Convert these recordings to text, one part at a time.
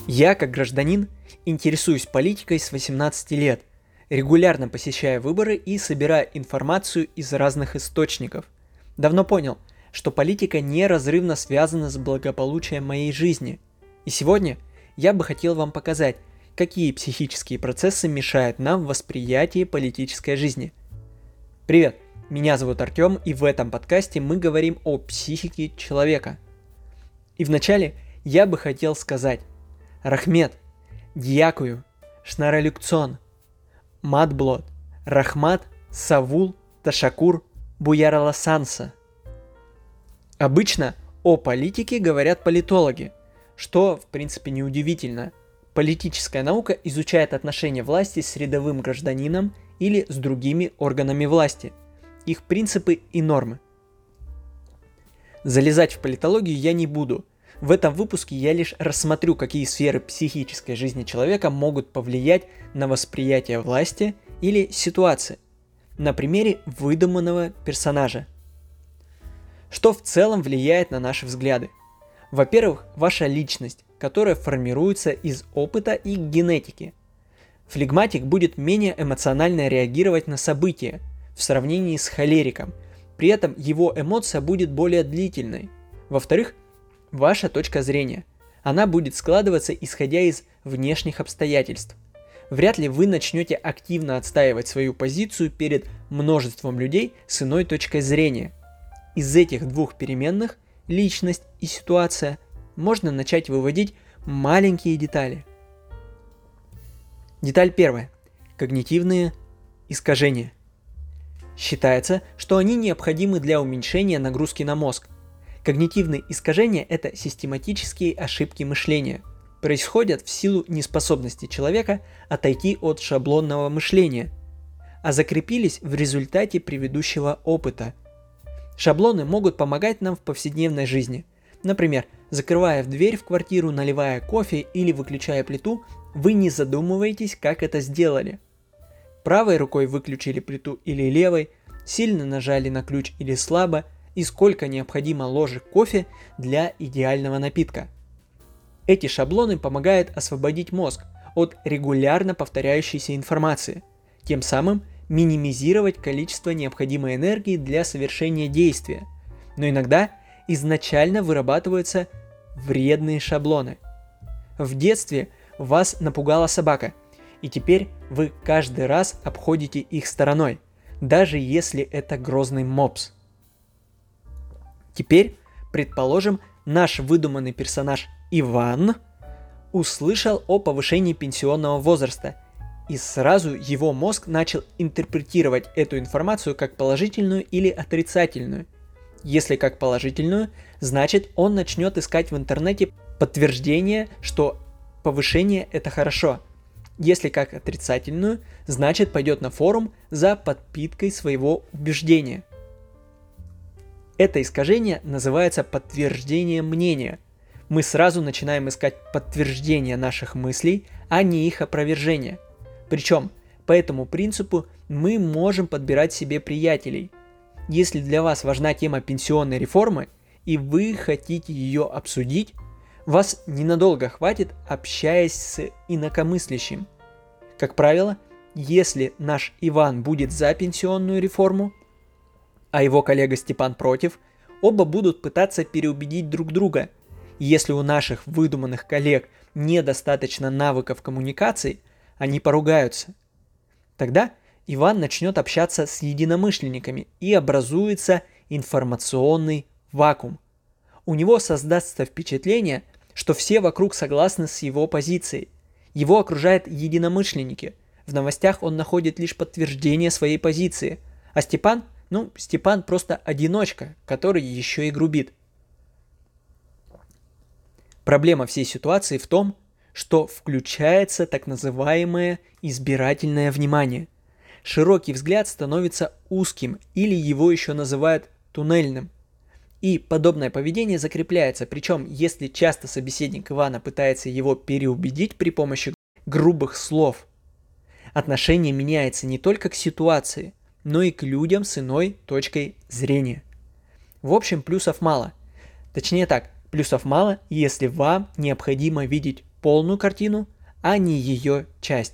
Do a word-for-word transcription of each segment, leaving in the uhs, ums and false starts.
Я, как гражданин, интересуюсь политикой с восемнадцати лет, регулярно посещая выборы и собирая информацию из разных источников. Давно понял, что политика неразрывно связана с благополучием моей жизни. И сегодня я бы хотел вам показать, какие психические процессы мешают нам в восприятии политической жизни. Привет, меня зовут Артем, и в этом подкасте мы говорим о психике человека. И вначале я бы хотел сказать: Рахмет, Дьякую, Шнаралюкцон, Матблот, Рахмат, Савул, Ташакур, Буяраласанса. Обычно о политике говорят политологи, что в принципе неудивительно. Политическая наука изучает отношения власти с рядовым гражданином или с другими органами власти, их принципы и нормы. Залезать в политологию я не буду. В этом выпуске я лишь рассмотрю, какие сферы психической жизни человека могут повлиять на восприятие власти или ситуации, на примере выдуманного персонажа. Что в целом влияет на наши взгляды? Во-первых, ваша личность, которая формируется из опыта и генетики. Флегматик будет менее эмоционально реагировать на события в сравнении с холериком, при этом его эмоция будет более длительной. Во-вторых, ваша точка зрения. Она будет складываться исходя из внешних обстоятельств. Вряд ли вы начнете активно отстаивать свою позицию перед множеством людей с иной точкой зрения. Из этих двух переменных, личность и ситуация, можно начать выводить маленькие детали. Деталь первая. Когнитивные искажения. Считается, что они необходимы для уменьшения нагрузки на мозг. Когнитивные искажения – это систематические ошибки мышления. Происходят в силу неспособности человека отойти от шаблонного мышления, а закрепились в результате предыдущего опыта. Шаблоны могут помогать нам в повседневной жизни. Например, закрывая дверь в квартиру, наливая кофе или выключая плиту, вы не задумываетесь, как это сделали. Правой рукой выключили плиту или левой, сильно нажали на ключ или слабо, и сколько необходимо ложек кофе для идеального напитка. Эти шаблоны помогают освободить мозг от регулярно повторяющейся информации, тем самым минимизировать количество необходимой энергии для совершения действия. Но иногда изначально вырабатываются вредные шаблоны. В детстве вас напугала собака, и теперь вы каждый раз обходите их стороной, даже если это грозный мопс. Теперь, предположим, наш выдуманный персонаж Иван услышал о повышении пенсионного возраста, и сразу его мозг начал интерпретировать эту информацию как положительную или отрицательную. Если как положительную, значит он начнет искать в интернете подтверждение, что повышение – это хорошо. Если как отрицательную, значит пойдет на форум за подпиткой своего убеждения. Это искажение называется подтверждением мнения. Мы сразу начинаем искать подтверждение наших мыслей, а не их опровержение. Причем по этому принципу мы можем подбирать себе приятелей. Если для вас важна тема пенсионной реформы и вы хотите ее обсудить, вас ненадолго хватит, общаясь с инакомыслящим. Как правило, если наш Иван будет за пенсионную реформу, а его коллега Степан против, оба будут пытаться переубедить друг друга. Если у наших выдуманных коллег недостаточно навыков коммуникации, они поругаются. Тогда Иван начнет общаться с единомышленниками и образуется информационный вакуум. У него создастся впечатление, что все вокруг согласны с его позицией. Его окружают единомышленники. В новостях он находит лишь подтверждение своей позиции. А Степан, ну, Степан просто одиночка, который еще и грубит. Проблема всей ситуации в том, что включается так называемое избирательное внимание. Широкий взгляд становится узким, или его еще называют туннельным. И подобное поведение закрепляется, причем если часто собеседник Ивана пытается его переубедить при помощи грубых слов, отношение меняется не только к ситуации, но и к людям с иной точкой зрения. В общем, плюсов мало. Точнее так, плюсов мало, если вам необходимо видеть полную картину, а не ее часть.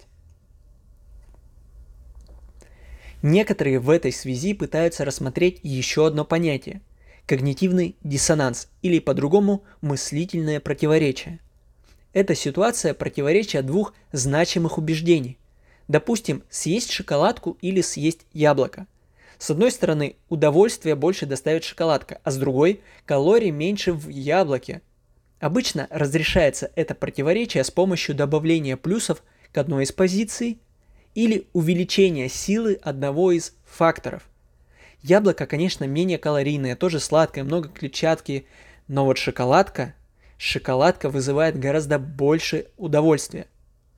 Некоторые в этой связи пытаются рассмотреть еще одно понятие – когнитивный диссонанс или по-другому мыслительное противоречие. Это ситуация противоречия двух значимых убеждений. Допустим, съесть шоколадку или съесть яблоко. С одной стороны, удовольствие больше доставит шоколадка, а с другой – калорий меньше в яблоке. Обычно разрешается это противоречие с помощью добавления плюсов к одной из позиций или увеличения силы одного из факторов. Яблоко, конечно, менее калорийное, тоже сладкое, много клетчатки, но вот шоколадка, шоколадка вызывает гораздо больше удовольствия.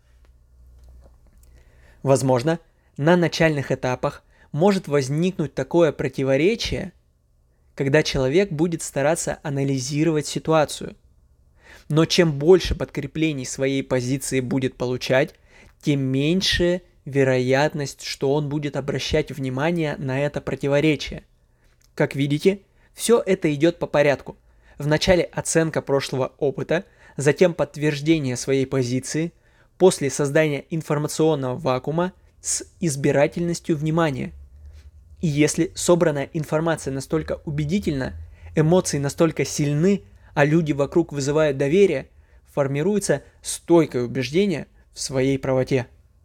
Возможно, на начальных этапах может возникнуть такое противоречие, когда человек будет стараться анализировать ситуацию. Но чем больше подкреплений своей позиции будет получать, тем меньше вероятность, что он будет обращать внимание на это противоречие. Как видите, все это идет по порядку. Вначале оценка прошлого опыта, затем подтверждение своей позиции, после создания информационного вакуума с избирательностью внимания. И если собранная информация настолько убедительна, эмоции настолько сильны, а люди вокруг вызывают доверие, формируется стойкое убеждение в своей правоте.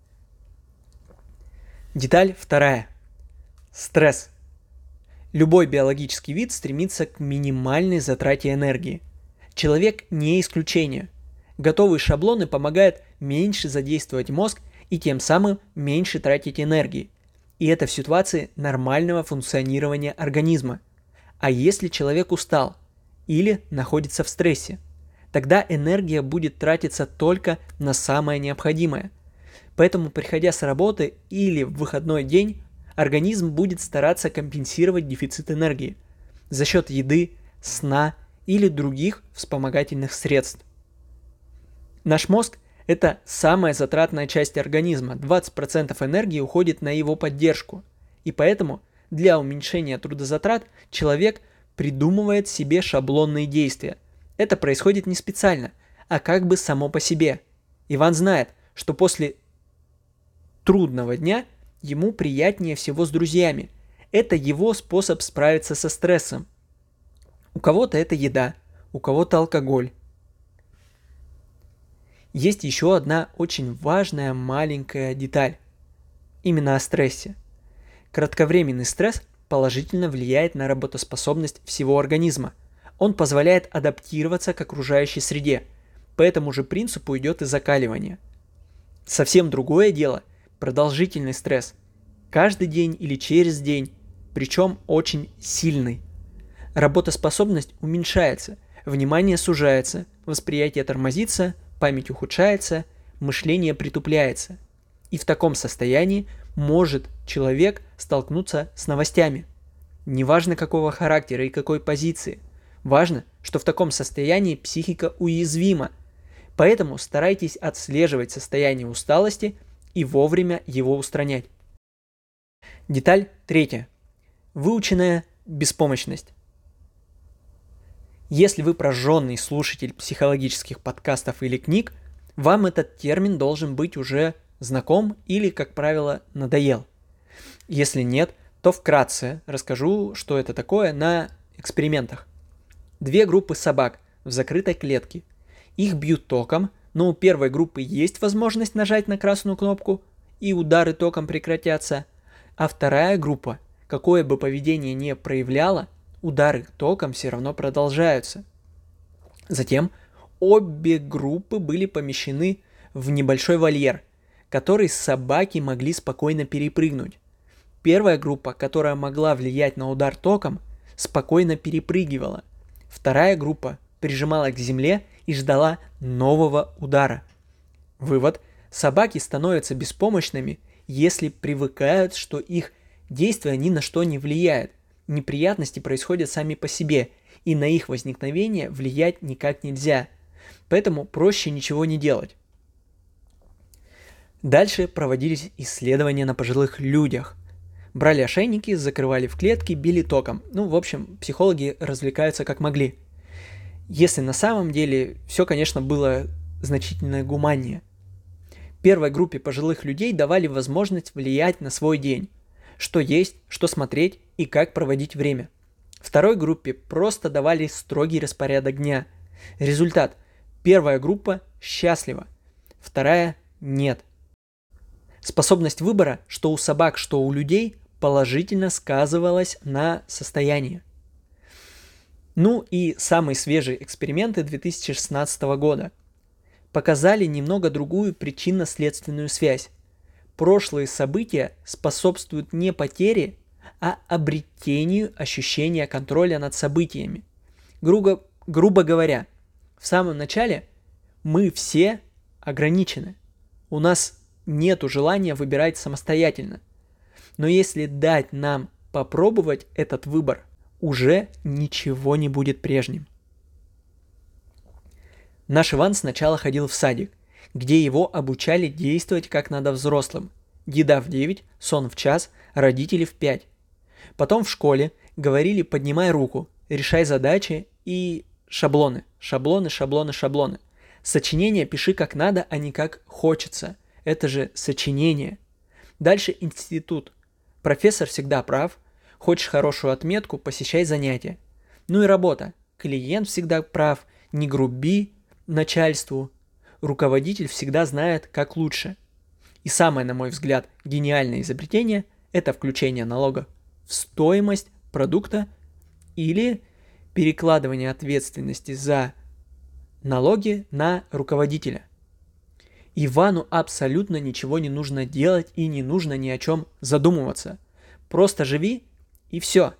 Деталь вторая. Стресс. Любой биологический вид стремится к минимальной затрате энергии. Человек не исключение. Готовые шаблоны помогают меньше задействовать мозг и тем самым меньше тратить энергии. И это в ситуации нормального функционирования организма. А если человек устал или находится в стрессе, тогда энергия будет тратиться только на самое необходимое. Поэтому, приходя с работы или в выходной день, организм будет стараться компенсировать дефицит энергии за счет еды, сна или других вспомогательных средств. Наш мозг – это самая затратная часть организма, двадцать процентов энергии уходит на его поддержку. И поэтому для уменьшения трудозатрат человек придумывает себе шаблонные действия. Это происходит не специально, а как бы само по себе. Иван знает, что после трудного дня ему приятнее всего с друзьями. Это его способ справиться со стрессом. У кого-то это еда, у кого-то алкоголь. Есть еще одна очень важная маленькая деталь. Именно о стрессе. Кратковременный стресс положительно влияет на работоспособность всего организма. Он позволяет адаптироваться к окружающей среде. По этому же принципу идет и закаливание. Совсем другое дело – продолжительный стресс. Каждый день или через день, причем очень сильный. Работоспособность уменьшается, внимание сужается, восприятие тормозится, память ухудшается, мышление притупляется. И в таком состоянии может человек столкнуться с новостями. Неважно какого характера и какой позиции. Важно, что в таком состоянии психика уязвима. Поэтому старайтесь отслеживать состояние усталости и вовремя его устранять. Деталь третья. Выученная беспомощность. Если вы прожженный слушатель психологических подкастов или книг, вам этот термин должен быть уже знаком или, как правило, надоел. Если нет, то вкратце расскажу, что это такое на экспериментах. Две группы собак в закрытой клетке. Их бьют током, но у первой группы есть возможность нажать на красную кнопку, и удары током прекратятся, а вторая группа, какое бы поведение ни проявляла, удары током все равно продолжаются. Затем обе группы были помещены в небольшой вольер, который собаки могли спокойно перепрыгнуть. Первая группа, которая могла влиять на удар током, спокойно перепрыгивала. Вторая группа прижимала к земле и ждала нового удара. Вывод: собаки становятся беспомощными, если привыкают, что их действия ни на что не влияют. Неприятности происходят сами по себе, и на их возникновение влиять никак нельзя. Поэтому проще ничего не делать. Дальше проводились исследования на пожилых людях. Брали ошейники, закрывали в клетки, били током. Ну, в общем, психологи развлекаются как могли. Если на самом деле все, конечно, было значительно гуманнее. Первой группе пожилых людей давали возможность влиять на свой день, что есть, что смотреть и как проводить время. Второй группе просто давали строгий распорядок дня. Результат: первая группа счастлива, вторая нет. Способность выбора, что у собак, что у людей, положительно сказывалась на состоянии. Ну и самые свежие эксперименты две тысячи шестнадцатого года показали немного другую причинно-следственную связь. Прошлые события способствуют не потере, а обретению ощущения контроля над событиями. Грубо, грубо говоря, в самом начале мы все ограничены. У нас нету желания выбирать самостоятельно. Но если дать нам попробовать этот выбор, уже ничего не будет прежним. Наш Иван сначала ходил в садик, где его обучали действовать как надо взрослым. Еда в девять, сон в час, родители в пять. Потом в школе говорили: поднимай руку, решай задачи и шаблоны, шаблоны, шаблоны, шаблоны. Сочинение пиши как надо, а не как хочется. Это же сочинение. Дальше институт. Профессор всегда прав. Хочешь хорошую отметку, посещай занятия. Ну и работа. Клиент всегда прав. Не груби начальству. Руководитель всегда знает, как лучше. И самое, на мой взгляд, гениальное изобретение – это включение налога в стоимость продукта или перекладывание ответственности за налоги на руководителя. Ивану абсолютно ничего не нужно делать и не нужно ни о чем задумываться. Просто живи и все.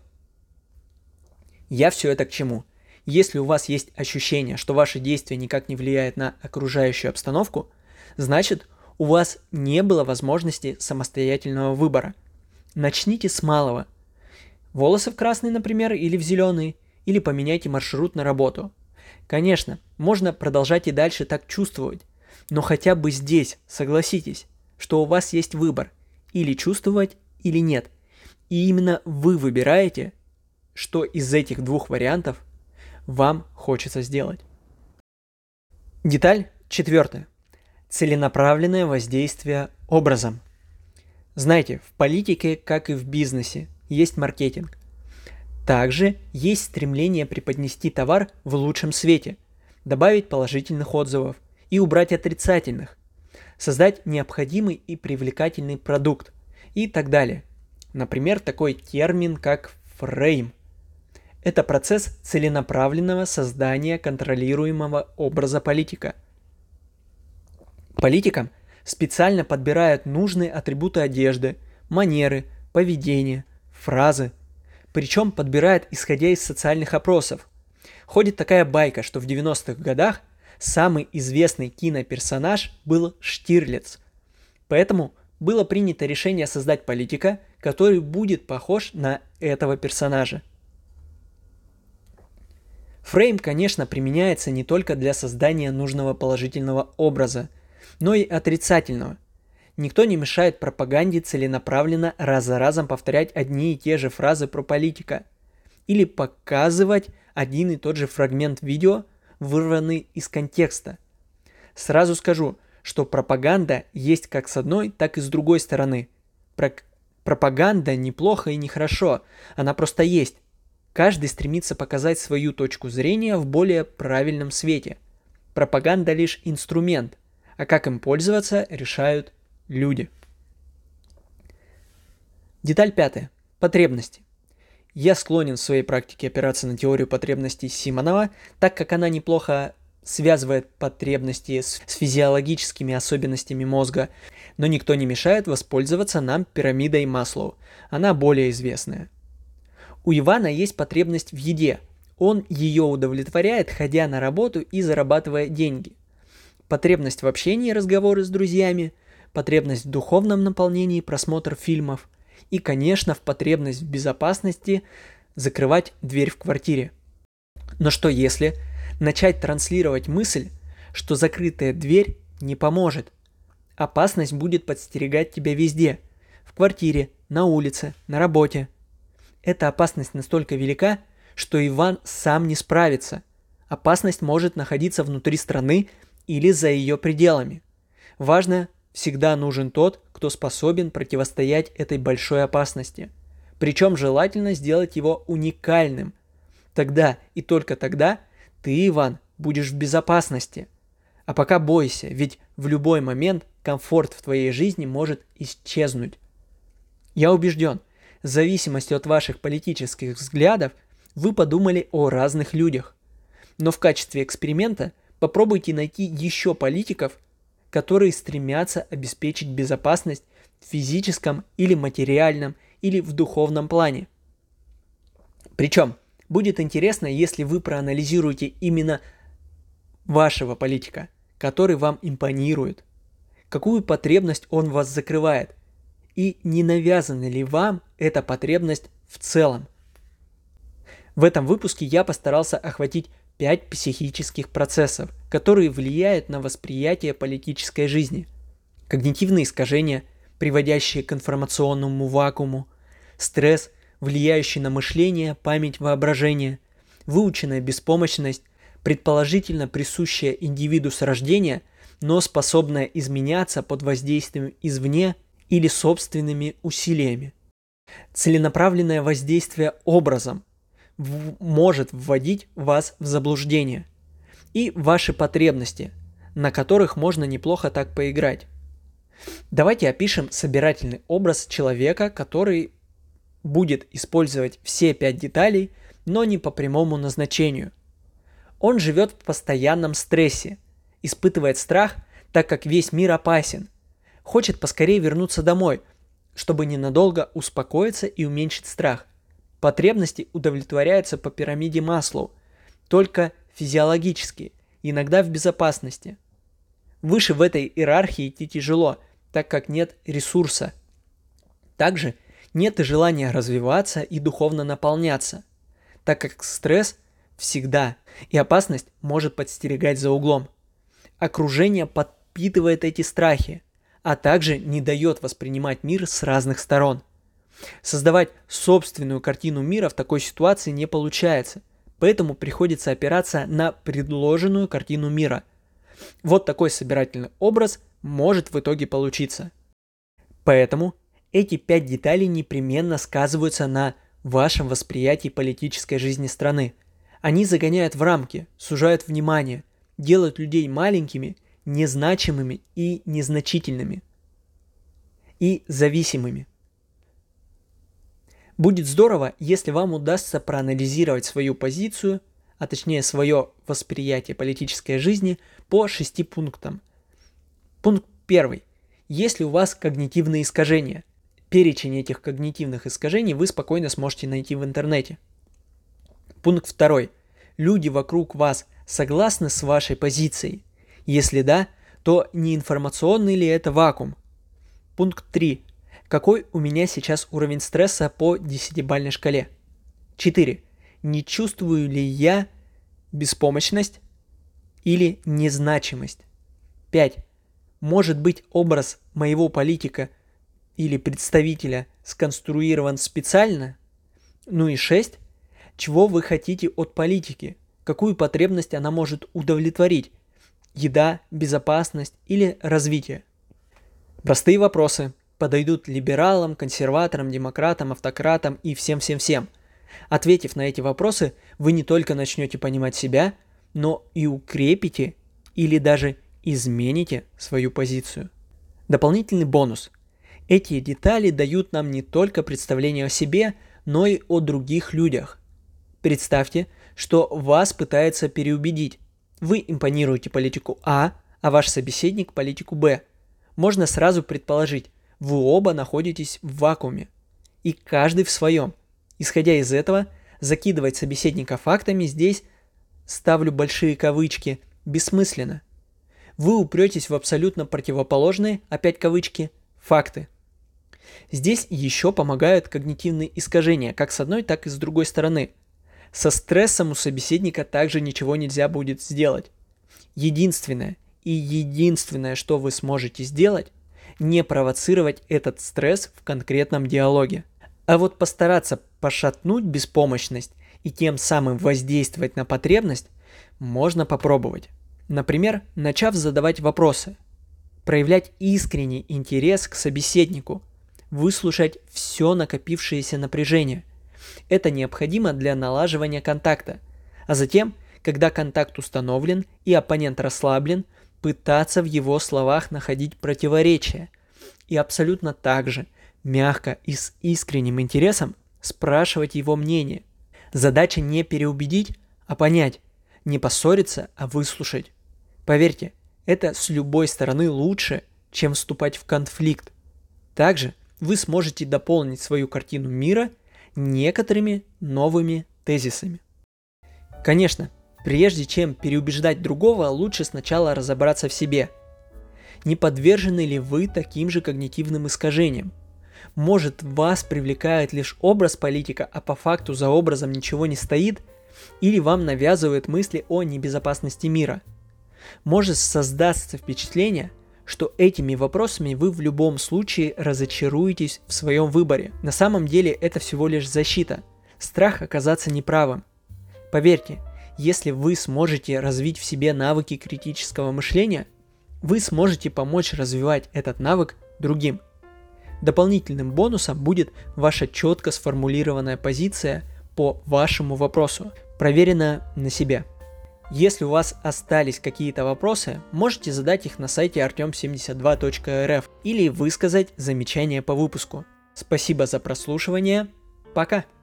Я все это к чему? Если у вас есть ощущение, что ваши действия никак не влияют на окружающую обстановку, значит, у вас не было возможности самостоятельного выбора. Начните с малого. Волосы в красный, например, или в зеленый, или поменяйте маршрут на работу. Конечно, можно продолжать и дальше так чувствовать, но хотя бы здесь согласитесь, что у вас есть выбор – или чувствовать, или нет. И именно вы выбираете, что из этих двух вариантов вам хочется сделать. Деталь четвертая. Целенаправленное воздействие образом. Знаете, в политике, как и в бизнесе, есть маркетинг. Также есть стремление преподнести товар в лучшем свете, добавить положительных отзывов и убрать отрицательных, создать необходимый и привлекательный продукт и так далее. Например, такой термин, как фрейм. Это процесс целенаправленного создания контролируемого образа политика. Политикам специально подбирают нужные атрибуты одежды, манеры, поведения, фразы. Причем подбирают исходя из социальных опросов. Ходит такая байка, что в девяностых годах самый известный киноперсонаж был Штирлиц. Поэтому было принято решение создать политика, который будет похож на этого персонажа. Фрейм, конечно, применяется не только для создания нужного положительного образа, но и отрицательного. Никто не мешает пропаганде целенаправленно раз за разом повторять одни и те же фразы про политика или показывать один и тот же фрагмент видео, вырванный из контекста. Сразу скажу, что пропаганда есть как с одной, так и с другой стороны. Про- пропаганда неплохо и нехорошо, она просто есть. Каждый стремится показать свою точку зрения в более правильном свете. Пропаганда лишь инструмент, а как им пользоваться, решают люди. Деталь пятая. Потребности. Я склонен в своей практике опираться на теорию потребностей Симонова, так как она неплохо связывает потребности с, с физиологическими особенностями мозга, но никто не мешает воспользоваться нам пирамидой Маслоу. Она более известная. У Ивана есть потребность в еде. Он ее удовлетворяет, ходя на работу и зарабатывая деньги. Потребность в общении и разговоры с друзьями, потребность в духовном наполнении, просмотр фильмов и, конечно, в потребность в безопасности закрывать дверь в квартире. Но что если начать транслировать мысль, что закрытая дверь не поможет? Опасность будет подстерегать тебя везде – в квартире, на улице, на работе. Эта опасность настолько велика, что Иван сам не справится. Опасность может находиться внутри страны или за ее пределами. Важно, всегда нужен тот, кто способен противостоять этой большой опасности. Причем желательно сделать его уникальным. Тогда и только тогда ты, Иван, будешь в безопасности. А пока бойся, ведь в любой момент комфорт в твоей жизни может исчезнуть. Я убежден, в зависимости от ваших политических взглядов, вы подумали о разных людях. Но в качестве эксперимента попробуйте найти еще политиков, которые стремятся обеспечить безопасность в физическом или материальном или в духовном плане. Причем, будет интересно, если вы проанализируете именно вашего политика, который вам импонирует, какую потребность он вас закрывает, и не навязана ли вам эта потребность в целом. В этом выпуске я постарался охватить пять психических процессов, которые влияют на восприятие политической жизни. Когнитивные искажения, приводящие к информационному вакууму, стресс, влияющий на мышление, память, воображение, выученная беспомощность, предположительно присущая индивиду с рождения, но способная изменяться под воздействием извне или собственными усилиями. Целенаправленное воздействие образом в- может вводить вас в заблуждение. И ваши потребности, на которых можно неплохо так поиграть. Давайте опишем собирательный образ человека, который будет использовать все пять деталей, но не по прямому назначению. Он живет в постоянном стрессе, испытывает страх, так как весь мир опасен, хочет поскорее вернуться домой, чтобы ненадолго успокоиться и уменьшить страх. Потребности удовлетворяются по пирамиде Маслоу, только физиологически, иногда в безопасности. Выше в этой иерархии идти тяжело, так как нет ресурса. Также нет и желания развиваться и духовно наполняться, так как стресс всегда и опасность может подстерегать за углом. Окружение подпитывает эти страхи, а также не дает воспринимать мир с разных сторон. Создавать собственную картину мира в такой ситуации не получается, поэтому приходится опираться на предложенную картину мира. Вот такой собирательный образ может в итоге получиться. Поэтому эти пять деталей непременно сказываются на вашем восприятии политической жизни страны. Они загоняют в рамки, сужают внимание, делают людей маленькими, незначимыми и незначительными. И зависимыми. Будет здорово, если вам удастся проанализировать свою позицию, а точнее свое восприятие политической жизни по шести пунктам. Пункт первый. Если у вас когнитивные искажения, перечень этих когнитивных искажений вы спокойно сможете найти в интернете. Пункт второй. Люди вокруг вас согласны с вашей позицией? Если да, то не информационный ли это вакуум? Пункт три. Какой у меня сейчас уровень стресса по десятибалльной шкале? четыре. Не чувствую ли я беспомощность или незначимость? пять. Может быть, образ моего политика или представителя сконструирован специально? Ну и шесть. Чего вы хотите от политики? Какую потребность она может удовлетворить? Еда, безопасность или развитие? Простые вопросы. Подойдут либералам, консерваторам, демократам, автократам и всем-всем-всем. Ответив на эти вопросы, вы не только начнете понимать себя, но и укрепите или даже измените свою позицию. Дополнительный бонус. Эти детали дают нам не только представление о себе, но и о других людях. Представьте, что вас пытается переубедить. Вы импонируете политику А, а ваш собеседник политику Б. Можно сразу предположить, вы оба находитесь в вакууме, и каждый в своем. Исходя из этого, закидывать собеседника фактами здесь, ставлю большие кавычки, бессмысленно. Вы упретесь в абсолютно противоположные, опять кавычки, факты. Здесь еще помогают когнитивные искажения, как с одной, так и с другой стороны. Со стрессом у собеседника также ничего нельзя будет сделать. Единственное и единственное, что вы сможете сделать, не провоцировать этот стресс в конкретном диалоге. А вот постараться пошатнуть беспомощность и тем самым воздействовать на потребность можно попробовать. Например, начав задавать вопросы, проявлять искренний интерес к собеседнику, выслушать все накопившееся напряжение. Это необходимо для налаживания контакта. А затем, когда контакт установлен и оппонент расслаблен, пытаться в его словах находить противоречия. И абсолютно так же, мягко и с искренним интересом спрашивать его мнение. Задача не переубедить, а понять. Не поссориться, а выслушать. Поверьте, это с любой стороны лучше, чем вступать в конфликт. Также вы сможете дополнить свою картину мира некоторыми новыми тезисами. Конечно, прежде чем переубеждать другого, лучше сначала разобраться в себе. Не подвержены ли вы таким же когнитивным искажениям? Может, вас привлекает лишь образ политика, а по факту за образом ничего не стоит? Или вам навязывают мысли о небезопасности мира? Может создаться впечатление, что этими вопросами вы в любом случае разочаруетесь в своем выборе. На самом деле это всего лишь защита. Страх оказаться неправым. Поверьте, если вы сможете развить в себе навыки критического мышления, вы сможете помочь развивать этот навык другим. Дополнительным бонусом будет ваша четко сформулированная позиция по вашему вопросу, проверенная на себе. Если у вас остались какие-то вопросы, можете задать их на сайте артем семьдесят два точка эр эф или высказать замечания по выпуску. Спасибо за прослушивание. Пока!